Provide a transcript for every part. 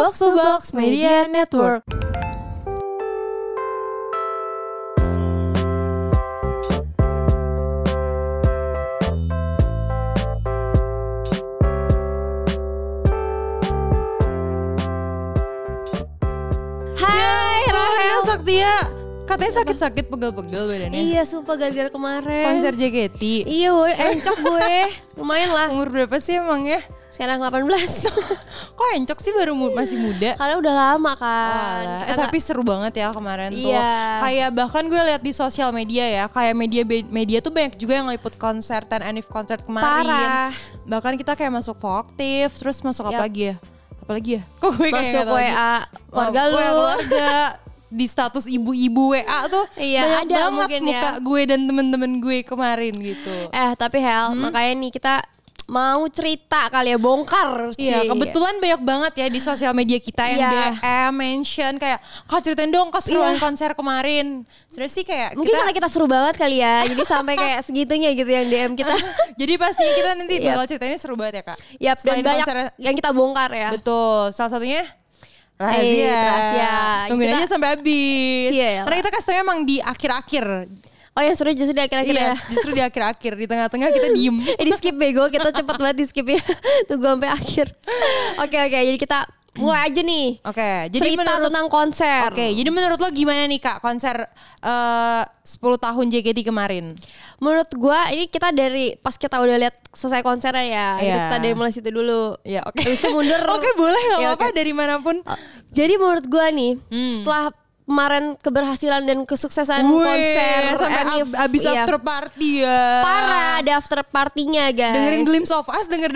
Box to Box Media Network. Saktia katanya sakit-sakit pegel-pegel badannya. Iya sumpah gara-gara kemarin konser JKT. Iya woy, encok gue. Lumayan lah. Umur berapa sih emang ya? Sekarang 18. Kok encok sih, baru masih muda? Karena udah lama kan. Tapi seru banget ya kemarin tuh. Iya. Kayak bahkan gue lihat di sosial media ya, kayak media tuh banyak juga yang ngeliput konser 10 Anniv konser kemarin. Parah. Bahkan kita kayak masuk Voktif, terus masuk apa lagi ya? Apalagi ya? Kok gue kayak masuk WA keluarga lu. Keluarga. Di status ibu-ibu WA tuh iya, banyak ada banget mungkin muka ya. gue dan temen-temen gue kemarin gitu. Tapi Hel, makanya nih kita mau cerita kali ya, bongkar. Iya, kebetulan banyak banget ya di sosial media kita yang DM, mention kayak, Kak ceritain dong keseruan konser kemarin. Sebenarnya sih kayak mungkin karena kita seru banget kali ya, jadi sampai kayak segitunya gitu yang DM kita. Jadi pastinya kita nanti bakal ceritainnya seru banget ya Kak. Yap, dan banyak yang kita bongkar ya. Betul, salah satunya rahasia. Tungguin aja sampai habis. Karena kita kasih tau emang di akhir-akhir. Oh ya, seru justru di akhir-akhir ya. Justru di akhir-akhir, di tengah-tengah kita diem. Di skip bego, kita cepet banget di skip ya. Tunggu sampai akhir. Oke, jadi kita mulai aja nih. Jadi cerita tentang konser. Jadi menurut lo gimana nih Kak konser 10 tahun JKT kemarin? Menurut gue ini kita dari pas kita udah lihat selesai konsernya ya, kita dari mulai situ dulu. Iya, Habis itu mundur. Boleh nggak apa-apa dari manapun. Jadi menurut gue nih, setelah kemarin keberhasilan dan kesuksesan konser sampai abis after party ya. Parah, ada after partinya guys. Dengerin Glimpse of Us, denger.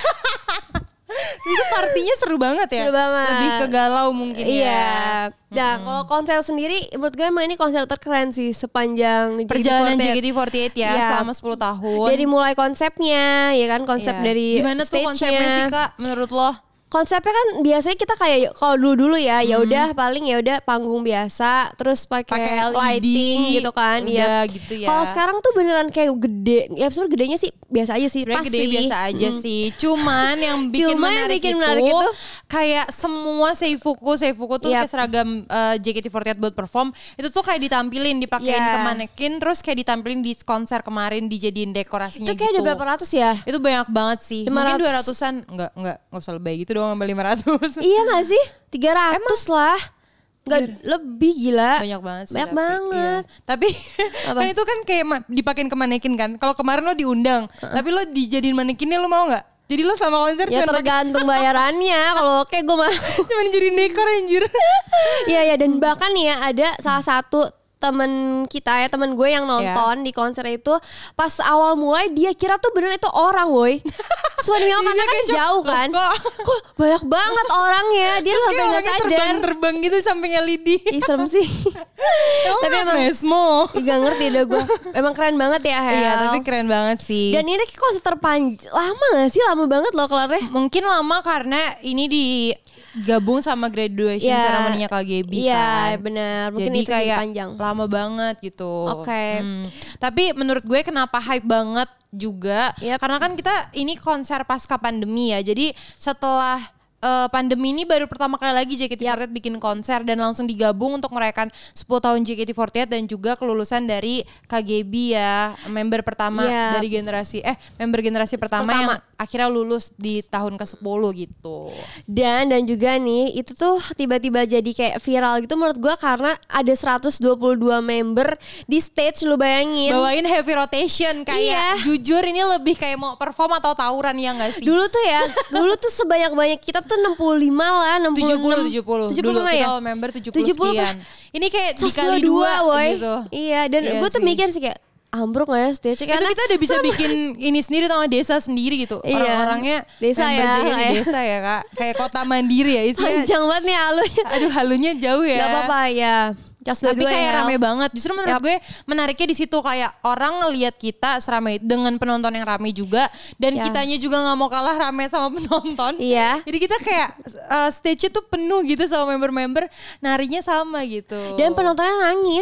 Itu partinya seru banget ya. Seru banget. Lebih ke galau mungkin ya. Nah kalau konser sendiri menurut gue emang ini konser terkeren sih sepanjang perjalanan JKT48 ya selama 10 tahun. Dari mulai konsepnya ya kan, konsep dari gimana tuh konsepnya sih Kak menurut lo? Konsepnya kan biasanya kita kayak kalau dulu ya udah paling ya udah panggung biasa terus pakai lighting gitu kan ya. Gitu ya. Kalau sekarang tuh beneran kayak gede. Ya sebenarnya gedenya sih biasa aja sih. Sebenarnya gede biasa aja sih. Cuman yang bikin menarik itu kayak semua Seifuku tuh kayak seragam JKT48 buat perform itu tuh kayak ditampilin dipakein ke manekin terus kayak ditampilin di konser kemarin dijadiin dekorasinya itu kayak gitu. Ada berapa ratus ya? Itu banyak banget sih. 500. Mungkin 200-an. Enggak usah lebih gitu dong, sampai 500. Iya gak sih? 300 lah. Enggak lebih, gila. Banyak banget sih. Banyak banget. Iya. Tapi kan itu kan kayak dipakein ke manekin kan. Kalau kemarin lo diundang, tapi lo dijadiin manekinnya, lo mau gak? Jadi lo selama konser ya tergantung bayarannya. Kalau oke gue mah cuma jadiin dekor anjir. Iya dan bahkan nih ya ada salah satu temen gue yang nonton di konser itu, pas awal mulai dia kira tuh beneran itu orang woi. Soalnya karena kan jauh kan. Kok banyak banget orangnya. Dia terus sampai gak sadar terbang gitu sampingnya Lidi. Serem sih. Tapi emang gak ngerti dah gue. Emang keren banget ya Hel. Iya tapi keren banget sih. Dan ini konser terpanjang. Lama gak sih? Lama banget loh kelarnya. Mungkin lama karena ini digabung sama graduation ceremony-nya KGB kan. Iya benar. Mungkin jadi itu kayak panjang. Lama banget gitu. Tapi menurut gue kenapa hype banget juga karena kan kita ini konser pasca pandemi ya. Jadi setelah pandemi ini baru pertama kali lagi JKT48 bikin konser dan langsung digabung untuk merayakan 10 tahun JKT48 dan juga kelulusan dari KGB ya, member pertama dari member generasi pertama yang akhirnya lulus di tahun ke-10 gitu. Dan juga nih itu tuh tiba-tiba jadi kayak viral gitu menurut gue karena ada 122 member di stage, lu bayangin. Bawain heavy rotation kayak jujur ini lebih kayak mau perform atau tawuran ya gak sih? Dulu tuh sebanyak-banyak kita tuh 65 lah, 70 dulu ya? kita member 70 sekian. Ini kayak dikali 2 gitu. Iya dan gue tuh mikir sih kayak ambruk gak ya stage itu kita udah bisa bikin ini sendiri tau gak, desa sendiri gitu. Orang-orangnya desa member ya desa ya Kak. Kayak kota mandiri ya isinya. Panjang banget nih halunya. Aduh halunya jauh ya. Gak apa-apa ya. Tapi kayak rame banget. Justru menurut gue menariknya di situ kayak orang ngelihat kita seramai dengan penonton yang rame juga dan kitanya juga nggak mau kalah rame sama penonton. Iya. Jadi kita kayak stage-nya tuh penuh gitu sama member-member, narinya sama gitu. Dan penontonnya nangis.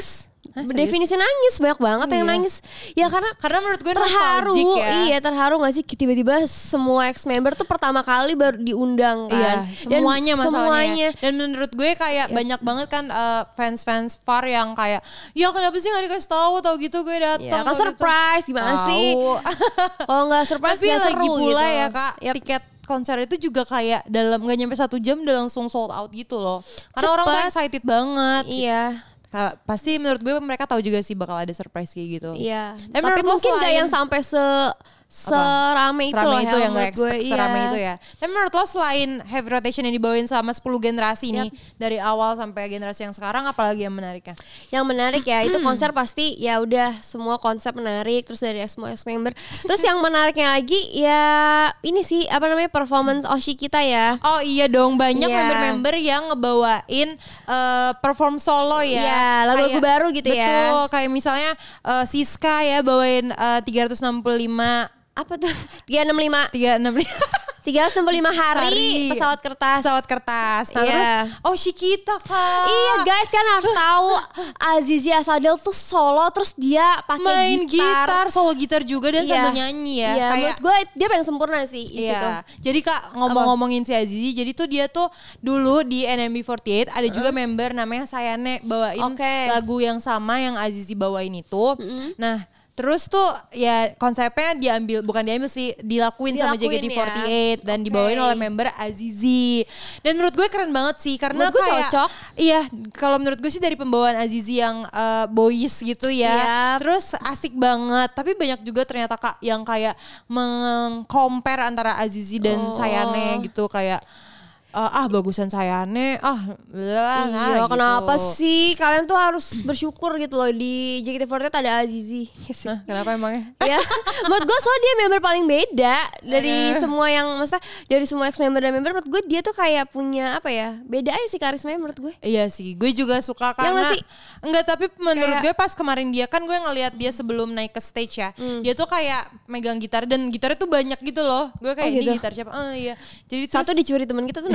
Definisi nangis banyak banget yang nangis. Ya karena menurut gue terharu ya. Iya terharu gak sih tiba-tiba semua ex-member tuh pertama kali baru diundang kan. Semuanya masalahnya. Dan menurut gue kayak banyak banget kan fans VAR yang kayak ya kenapa sih gak dikasih tahu gitu gue datang. Kan surprise gitu. Gimana sih? Kalau gak surprise tapi gak seru lagi pula gitu. ya Kak, tiket konser itu juga kayak dalam gak nyampe 1 jam udah langsung sold out gitu loh. Karena orang tuh excited banget. Iya. Pasti menurut gue mereka tahu juga sih bakal ada surprise kayak gitu. Iya. Tapi mungkin gak yang sampai serame itu loh yang gak expect gue, serame itu ya. Tapi menurut lo selain heavy rotation yang dibawain selama 10 generasi nih dari awal sampai generasi yang sekarang, apalagi yang menariknya? Yang menarik ya itu konser pasti ya udah semua konsep menarik terus dari semua ex-member. Terus yang menariknya lagi ya ini sih performance Oshi kita ya. Oh iya dong, banyak member-member yang ngebawain perform solo ya. Iya, lagu-lagu baru gitu ya. Betul, kayak misalnya Siska ya bawain 365 apa tuh? 365 hari pesawat kertas. Nah terus Oshi kita Kak. Iya guys kan harus tahu Azizi Asadel tuh solo terus dia pakai main gitar, solo gitar juga dan sambil nyanyi ya. Iya, menurut gue dia paling sempurna sih di situ. Jadi Kak ngomongin si Azizi, jadi tuh dia tuh dulu di NMB48 ada juga member namanya Sayane bawain lagu yang sama yang Azizi bawain itu. Nah terus tuh ya konsepnya bukan diambil sih, dilakuin sama JKT48 dan dibawain oleh member Azizi. Dan menurut gue keren banget sih karena menurut gue kayak cocok. Iya, kalau menurut gue sih dari pembawaan Azizi yang boys gitu ya. Terus asik banget, tapi banyak juga ternyata Kak yang kayak meng-compare antara Azizi dan Sayane gitu kayak bagusan Sayane iya gitu. Kenapa sih kalian tuh harus bersyukur gitu loh di JKT48 ada Azizi. Kenapa emangnya? Ya menurut gue soalnya dia member paling beda dari semua yang maksudnya dari semua ex member dan member. Menurut gue dia tuh kayak punya beda aja sih karismanya menurut gue. Iya sih, gue juga suka karena tapi menurut gue pas kemarin dia kan gue ngelihat dia sebelum naik ke stage ya, dia tuh kayak megang gitar dan gitarnya tuh banyak gitu loh. Gue kayak ini gitar siapa? Iya. Jadi satu dicuri teman kita tuh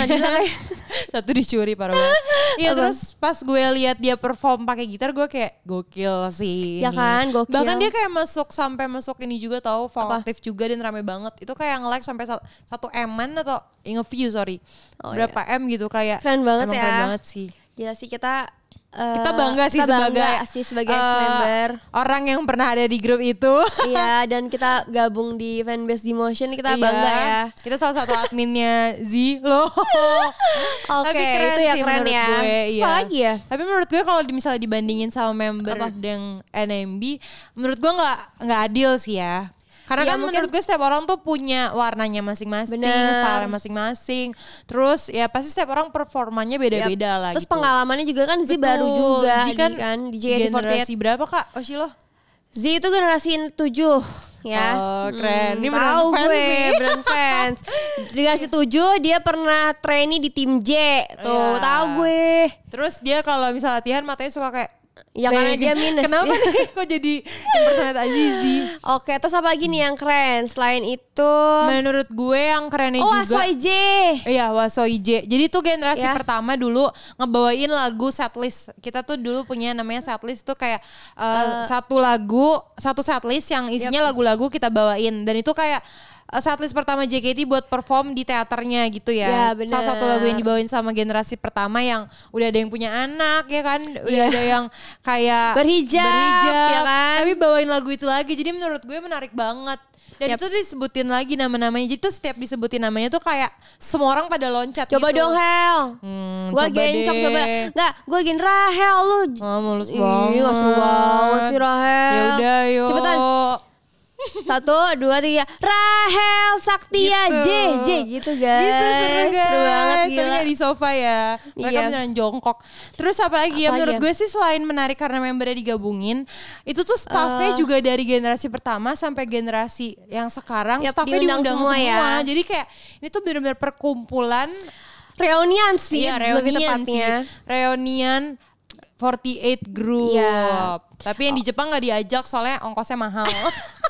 satu dicuri parah banget. Iya terus pas gue lihat dia perform pakai gitar gue kayak gokil sih. Ya kan gokil. Bahkan dia kayak sampai masuk ini juga tahu Fall Active juga dan rame banget. Itu kayak nge-like sampai 1 M-an atau nge-view berapa M gitu kayak. Keren banget ya. Keren banget sih. Gila sih kita bangga sih sebagai ex-member orang yang pernah ada di grup itu. Iya dan kita gabung di fanbase Demotion kita bangga ya. Kita salah satu adminnya Z loh. Tapi keren itu ya sih keren ya. Gue, apa lagi ya? Tapi menurut gue kalau misalnya dibandingin sama member yang NMB, menurut gue nggak adil sih ya. Karena kan menurut gue setiap orang tuh punya warnanya masing-masing, style masing-masing. Terus ya pasti setiap orang performanya beda-beda lah. Terus pengalamannya juga kan Z baru juga Z kan di JKT48. Generasi berapa Kak Oshi lo? Z itu generasi 7 ya. Oh keren. Ini tahu beneran fans. Generasi 7 dia pernah trainee di tim J. Tuh tahu gue. Terus dia kalau misalnya latihan matanya suka kayak ya karena dia minus. Kenapa nih kok jadi impersonate Azizi? Oke, terus apa lagi nih yang keren? Selain itu menurut gue yang kerennya juga Wasoij. Iya, Wasoij. Jadi tuh generasi pertama dulu ngebawain lagu setlist. Kita tuh dulu punya namanya setlist tuh kayak satu setlist yang isinya lagu-lagu kita bawain. Dan itu kayak setlist pertama JKT buat perform di teaternya gitu ya. Salah satu lagu yang dibawain sama generasi pertama yang udah ada yang punya anak ya kan, udah ada yang kayak berhijab ya kan. Tapi bawain lagu itu lagi. Jadi menurut gue menarik banget. Dan itu disebutin lagi nama-namanya. Jadi tuh setiap disebutin namanya tuh kayak semua orang pada loncat coba gitu. Dong Hel. Gue gencok coba. Enggak, gue gini Rahel lu. Mulus banget. Gak seru banget sih Rahel. Yaudah yuk. Cepetan. 1, 2, 3 Rahel Saktia gitu. J gitu guys. Gitu seru banget gila. Tapi gak di sofa ya. Mereka beneran jongkok. Terus apa lagi ya menurut gue sih selain menarik karena membernya digabungin, itu tuh staffnya juga dari generasi pertama sampai generasi yang sekarang staffnya diundang semua ya. Jadi kayak ini tuh bener-bener perkumpulan reunian sih lebih tepatnya. Reunian 48 group. Tapi yang di Jepang gak diajak soalnya ongkosnya mahal.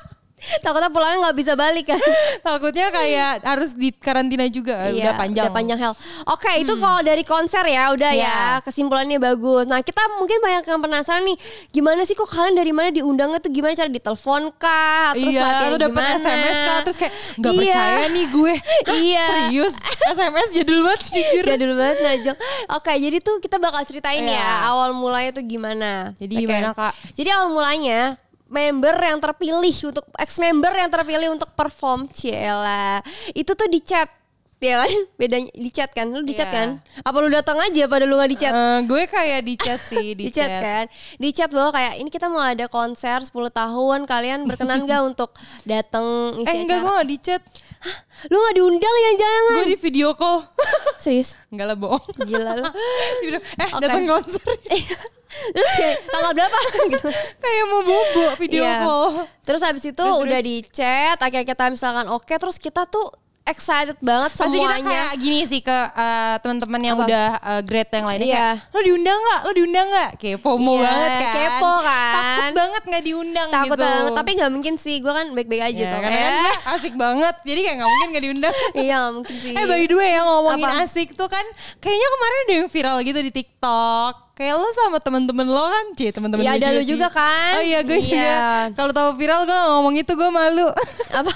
Takutnya pulangnya nggak bisa balik kan. Takutnya kayak harus di karantina juga. Udah panjang. Udah panjang hell. Oke, itu kalau dari konser ya udah ya kesimpulannya bagus. Nah kita mungkin banyak yang penasaran nih, gimana sih kok kalian dari mana diundangnya tuh, gimana cara ditelepon kah? Terus atau dapat SMS kah? Terus kayak nggak percaya nih gue. Serius? SMS jadul banget jujur. Jadul banget Najong. Oke, jadi tuh kita bakal ceritain ya awal mulanya tuh gimana. Jadi gimana Kak? Jadi awal mulanya member yang terpilih untuk ex-member yang terpilih untuk perform Ciela itu tuh di chat ya kan, bedanya di chat kan, lu di chat kan, apa lu datang aja pada lu nggak di chat? Gue kayak di chat sih, di chat kan, di chat bahwa kayak ini kita mau ada konser 10 tahun, kalian berkenan gak untuk datang isi acara? Enggak, gue nggak di chat. Hah? Lu gak diundang ya, jangan? Gue di video call. Serius? Enggak lah, bohong. Gila lu. Datang konser. Terus kayak tanggal berapa gitu. Kayak mau bobo video call. Terus habis itu udah di chat, akhirnya kita misalkan oke, terus kita tuh excited banget semuanya. Pasti kita kayak gini sih ke teman-teman yang udah grade yang lainnya kayak, lo diundang nggak? Lo diundang nggak? Kayak FOMO banget kan? Kepo kan? Takut banget nggak diundang takut gitu. Takut banget, tapi nggak mungkin sih. Gue kan baik-baik aja soalnya. Kan asik banget, jadi kayak nggak mungkin nggak diundang. Iya nggak mungkin sih. By the way ya ngomongin asik tuh kan, kayaknya kemarin ada yang viral gitu di TikTok. Kayak lo sama teman-teman lo kan, teman-teman ya, ada lo juga kan. Oh iya gue juga. Kalau tahu viral gue ngomong itu gue malu. Apa?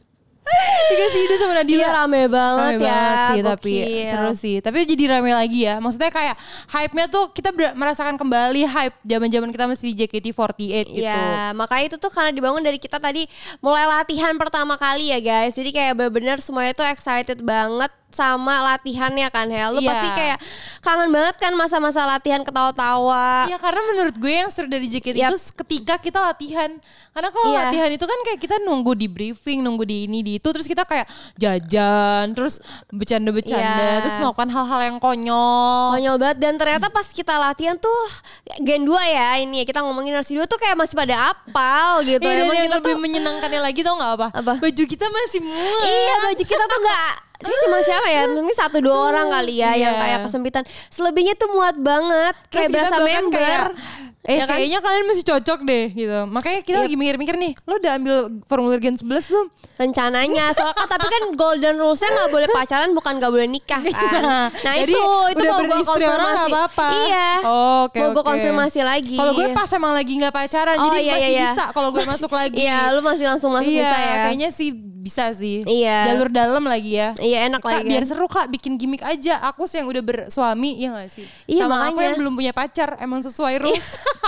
Dikasih ide sama Nadila. Iya rame banget sih, tapi seru sih. Tapi jadi rame lagi ya. Maksudnya kayak hype-nya tuh kita merasakan kembali hype zaman-zaman kita masih di JKT48 gitu. Iya, makanya itu tuh karena dibangun dari kita tadi mulai latihan pertama kali ya guys. Jadi kayak bener-bener semuanya tuh excited banget sama latihannya kan Hel. Lu pasti kayak kangen banget kan masa-masa latihan ketawa-tawa. Iya, karena menurut gue yang seru dari JKT itu ketika kita latihan. Karena kalau latihan itu kan kayak kita nunggu di briefing, nunggu di ini di itu, terus kita kayak jajan, terus bercanda-bercanda, terus melakukan hal-hal yang konyol. Konyol banget. Dan ternyata pas kita latihan tuh Gen 2 ya ini ya, kita ngomongin Narsi 2 tuh kayak masih pada apal gitu. Emang kita lebih menyenangkannya lagi tau gak apa? Baju kita masih muat. Iya, baju kita tuh gak sih cuma siapa ya? Mungkin 1-2 orang kali ya yang kayak kesempitan. Selebihnya tuh muat banget. Kayak berasa member. Kayak, ya kan? Kayaknya kalian masih cocok deh gitu. Makanya kita lagi mikir-mikir nih, lo udah ambil formulir Gen 11 belum? Rencananya. Soalnya tapi kan golden rules-nya gak boleh pacaran, bukan gak boleh nikah kan. Nah jadi, itu mau gue konfirmasi. Orang gak apa-apa. Iya. Mau gue konfirmasi lagi. Kalau gue pas emang lagi gak pacaran, jadi masih bisa kalau gue masuk lagi. Iya, lu masih langsung masuk bisa ya. Kayaknya sih bisa sih. Iya. Jalur dalam lagi ya. Iya, enak lagi. Biar seru Kak, bikin gimmick aja. Aku sih yang udah bersuami, ya gak sih? Iya, sama makanya. aku yang belum punya pacar, emang sesuai rules.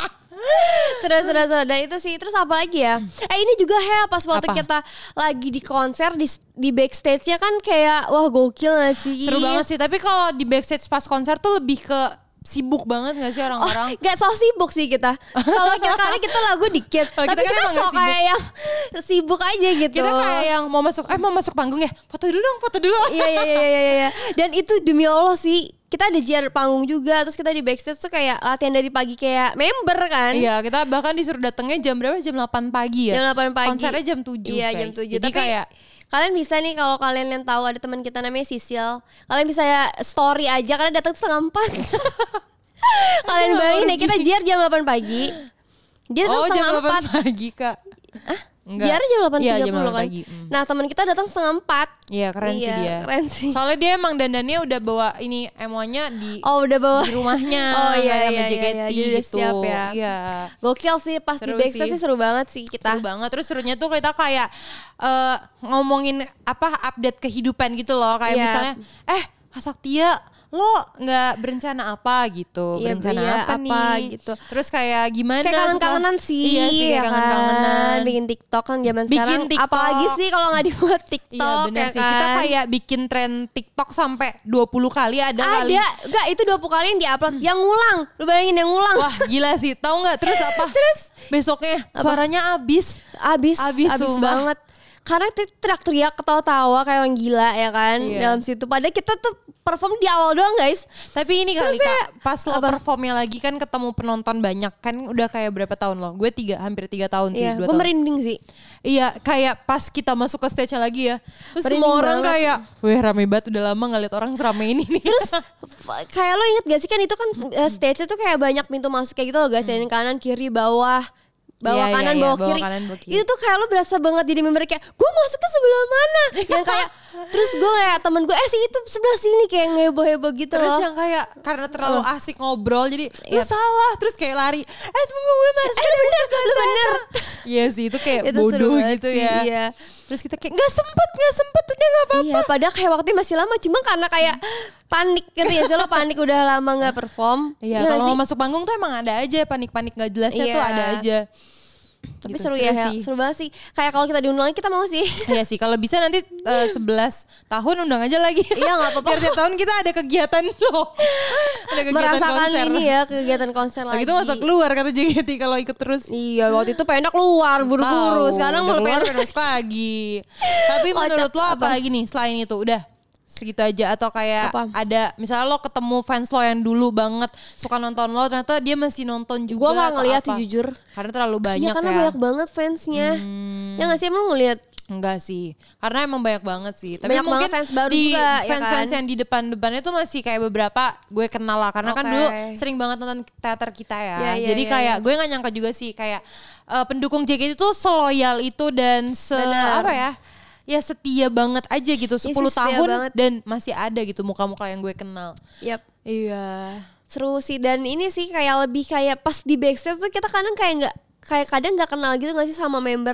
Seru. Dan itu sih. Terus apa lagi ya? Ini juga pas waktu kita lagi di konser di backstage-nya kan kayak wah gokil gak sih? Seru banget sih. Tapi kalau di backstage pas konser tuh lebih ke sibuk banget gak sih orang-orang? Gak so sibuk sih kita. Kalau kali kita lagu dikit. Tapi kita kan so kayak yang sibuk aja gitu. Kita kayak yang mau masuk panggung ya. Foto dulu dong, foto dulu. Iya. Dan itu demi Allah sih. Kita ada JR panggung juga. Terus kita di backstage tuh kayak latihan dari pagi kayak member kan. Iya, kita bahkan disuruh datangnya jam berapa? Jam 8 pagi ya. Jam 8 pagi. Konsernya jam 7. Iya, guys. jam 7. Jadi tapi kayak kalian bisa nih kalau kalian yang tahu ada teman kita namanya Sisil. Kalian bisa ya story aja karena datang 3:30. Kalian bayangin ya kita JR jam 8 pagi. Dia datang jam 3:30 pagi Kak. JR jam 8.30 kan. Pagi. Nah teman kita datang 3:30. Iya keren sih dia. Keren sih. Soalnya dia emang dandannya udah bawa ini emonya di udah bawa di rumahnya. Iya. JKT Jadi udah gitu. siap ya. Iya. Gokil sih pas di backstage sih seru banget sih kita. Seru banget. Terus serunya tuh kita kayak ngomongin update kehidupan gitu loh. Kayak misalnya Kak Saktia, lo nggak berencana apa gitu? Berencana apa nih? Gitu. Terus kayak gimana? Kayak kangen-kangenan sih. Iya sih kayak kangen-kangenan. Bikin TikTok kan zaman sekarang. Apalagi sih kalau nggak dibuat TikTok. Iya benar sih. Kan? Kita kayak bikin tren TikTok sampai 20 kali ada kali. Enggak, itu 20 kali yang diupload. Yang ngulang. Lu bayangin yang ngulang. Wah gila sih. Tahu nggak terus apa? Terus besoknya suaranya abis banget. Karena teriak-teriak ketawa-tawa kayak orang gila ya kan dalam situ. Padahal kita tuh perform di awal doang guys. Tapi ini kali Kak, pas lo performnya lagi kan ketemu penonton banyak kan udah kayak berapa tahun lo? Gue hampir 3 tahun sih. 2 tahun. Gue merinding sih. Iya kayak pas kita masuk ke stage lagi ya. Terus semua orang kayak, weh rame banget udah lama gak liat orang serame ini nih. Terus kayak lo inget gak sih kan itu kan stage-nya tuh kayak banyak pintu masuk kayak gitu loh guys. Dari kanan, kiri, bawah. bawa kanan bawa kiri. Itu tuh kayak lu berasa banget jadi member kayak gue masuknya sebelah mana. Yang kayak terus gue kayak temen gue sih itu sebelah sini kayak ngeheboh-heboh gitu terus loh. Terus yang kayak karena terlalu asik ngobrol jadi lu salah terus kayak lari. Tunggu gue masuk. Lu bener. Iya sih itu kayak itu bodoh gitu sih, ya. Iya. Terus kita kayak gak sempet udah gak apa-apa. Iya padahal kayak waktunya masih lama cuma karena kayak panik gitu ya. Lo panik udah lama gak perform. Iya ya, kalau masuk panggung tuh emang ada aja panik-panik gak jelasnya tuh ada aja. Tapi gitu, seru ya, seru banget sih. Kayak kalau kita diundang lagi kita mau sih. Iya sih, kalau bisa nanti 11 tahun undang aja lagi. Iya gak apa-apa. Biar tiap tahun kita ada kegiatan loh. Ada kegiatan merasakan konser. Ini ya, kegiatan konser lagi. Itu gak usah keluar kata JKT kalau ikut terus. Iya, waktu itu pengen keluar buru-buru. Sekarang mau keluar terus lagi. Tapi menurut lo apa lagi nih selain itu? Udah segitu aja atau kayak ada misalnya lo ketemu fans lo yang dulu banget suka nonton lo ternyata dia masih nonton juga. Gue gak ngeliat sih jujur karena terlalu banyak karena banyak banget fansnya. Ya gak sih emang lo ngeliat? Enggak sih karena emang banyak banget sih. Tapi banyak mungkin fans baru di juga, fans-fans ya kan? yang di depannya tuh masih kayak beberapa gue kenal lah karena kan dulu sering banget nonton teater kita ya. Jadi kayak gue gak nyangka juga sih kayak pendukung JKT itu seloyal itu dan apa ya setia banget aja gitu 10 tahun banget. Dan masih ada gitu muka-muka yang gue kenal. Iya. Seru sih dan ini sih kayak lebih kayak pas di backstage tuh kita kadang kayak kadang nggak kenal gitu nggak sih sama member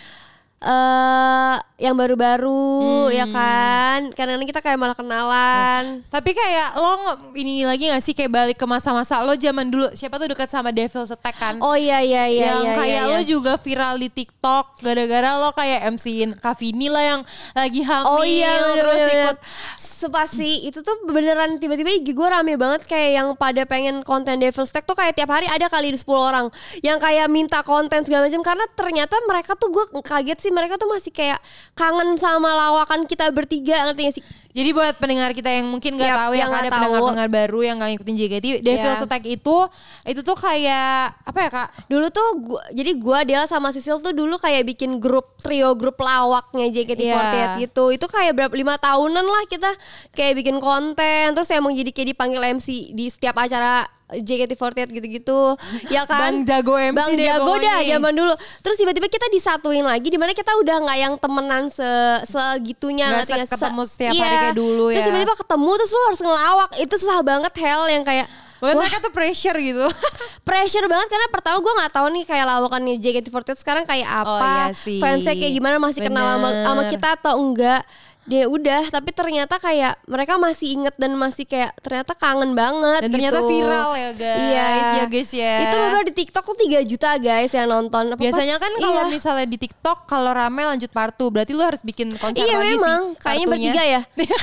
yang baru-baru ya kan karena kita kayak malah kenalan. Tapi kayak lo ini lagi gak sih kayak balik ke masa-masa lo zaman dulu siapa tuh dekat sama Devil's Attack kan? Oh iya yang kayak lo juga viral di TikTok gara-gara lo kayak MC-in Kavini lah yang lagi hamil. Oh iya terus ikut sepasi itu tuh beneran tiba-tiba IG gue rame banget kayak yang pada pengen konten Devil's Attack tuh kayak tiap hari ada kali 10 orang yang kayak minta konten segala macam karena ternyata mereka tuh gue kaget sih mereka tuh masih kayak kangen sama lawakan kita bertiga ngerti gak sih? Jadi buat pendengar kita yang mungkin gak tahu yang ada pendengar-pendengar baru yang gak ngikutin JKT, Devil's Attack itu tuh kayak apa ya kak? Dulu tuh jadi gue Dela sama Sisil tuh dulu kayak bikin trio grup lawaknya JKT48 gitu. Itu kayak 5 tahunan lah kita kayak bikin konten terus emang jadi kayak dipanggil MC di setiap acara JKT48 gitu-gitu ya kan. Bang Jago MC Bang Jago dah zaman dulu. Terus tiba-tiba kita disatuin lagi dimana kita udah gak yang temenan segitunya gak ketemu setiap hari kayak dulu ya. Terus tiba-tiba ketemu terus lu harus ngelawak. Itu susah banget yang kayak mereka tuh pressure gitu. Pressure banget karena pertama gue gak tahu nih kayak lawakan JKT48 sekarang kayak apa. Fansnya kayak gimana masih kenal sama kita atau enggak. Dia udah tapi ternyata kayak mereka masih inget dan masih kayak ternyata kangen banget dan ternyata viral ya guys ya. Itu bener di TikTok tuh 3 juta guys yang nonton. Biasanya kan kalau misalnya di TikTok kalau rame lanjut part 2 berarti lu harus bikin konser lagi sih. Iya memang kayaknya bertiga ya.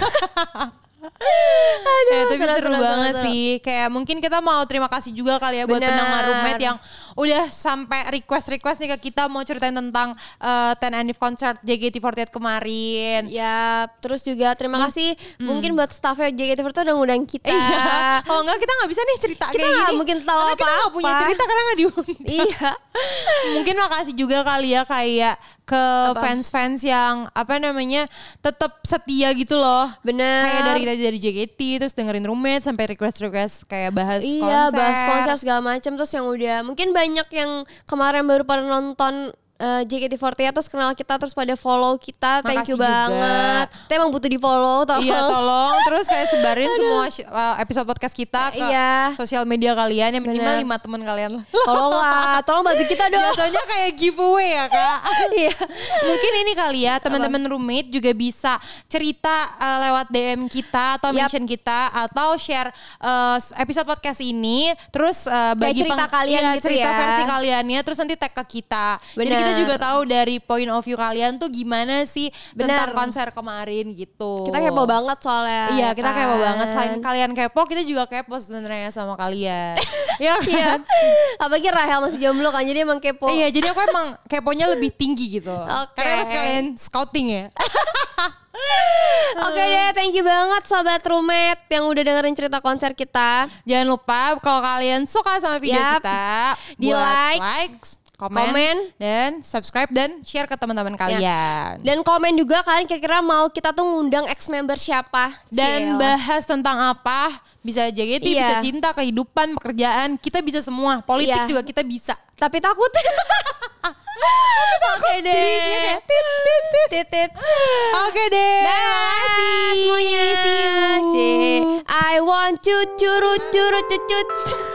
Aduh, tapi seru banget sih. Kayak mungkin kita mau terima kasih juga kali ya buat pendengar Roommate yang udah sampai request nih ke kita mau ceritain tentang 10 Anniv Concert JKT48 kemarin. Ya, terus juga terima kasih mungkin buat staffnya JKT48 udah ngundang kita. Iya. Kalau enggak kita nggak bisa nih cerita kita kayak gini. Kita mungkin tahu apa-apa. Kita nggak punya cerita karena nggak diundang. Iya. Mungkin makasih juga kali ya kayak ke fans-fans yang tetap setia gitu loh. Bener. Kayak dari JKT terus dengerin Roommate sampai request kayak bahas konser. Iya, bahas konser segala macam terus yang udah mungkin banyak yang kemarin baru pada nonton JKT48 terus kenal kita terus pada follow kita. Thank you banget. Kita emang butuh di follow tolong. Iya tolong. Terus kayak sebarin semua episode podcast kita ke sosial media kalian. Yang minimal 5 teman kalian lah. Tolong lah. Tolong bantu kita dong. Jatuhnya kayak giveaway ya kak. Iya. Mungkin ini kali ya teman-teman Roommate juga bisa cerita lewat DM kita atau mention kita atau share episode podcast ini. Terus bagi cerita kalian gitu cerita ya. versi kaliannya. Terus nanti tag ke kita. Bener. Jadi kita juga tahu dari point of view kalian tuh gimana sih tentang konser kemarin gitu. Kita kepo banget soalnya. Iya, kita kepo banget. Selain kalian kepo, kita juga kepo sebenarnya sama kalian. Ya kan? Iya. Apalagi Rahel masih jomblo kan, jadi emang kepo. Iya, jadi aku emang keponya lebih tinggi gitu. Karena harus kalian scouting ya. Oke deh, thank you banget Sobat Roommate yang udah dengerin cerita konser kita. Jangan lupa kalau kalian suka sama video kita, di like, komen dan subscribe dan share ke teman-teman kalian. Dan komen juga kalian kira-kira mau kita tuh ngundang ex-member siapa dan bahas tentang apa. Bisa JKT, bisa cinta, kehidupan, pekerjaan, kita bisa semua. Politik juga kita bisa. Tapi takut. Oke deh. Titit. Oke deh. Dah semuanya. See you. I want you cucut.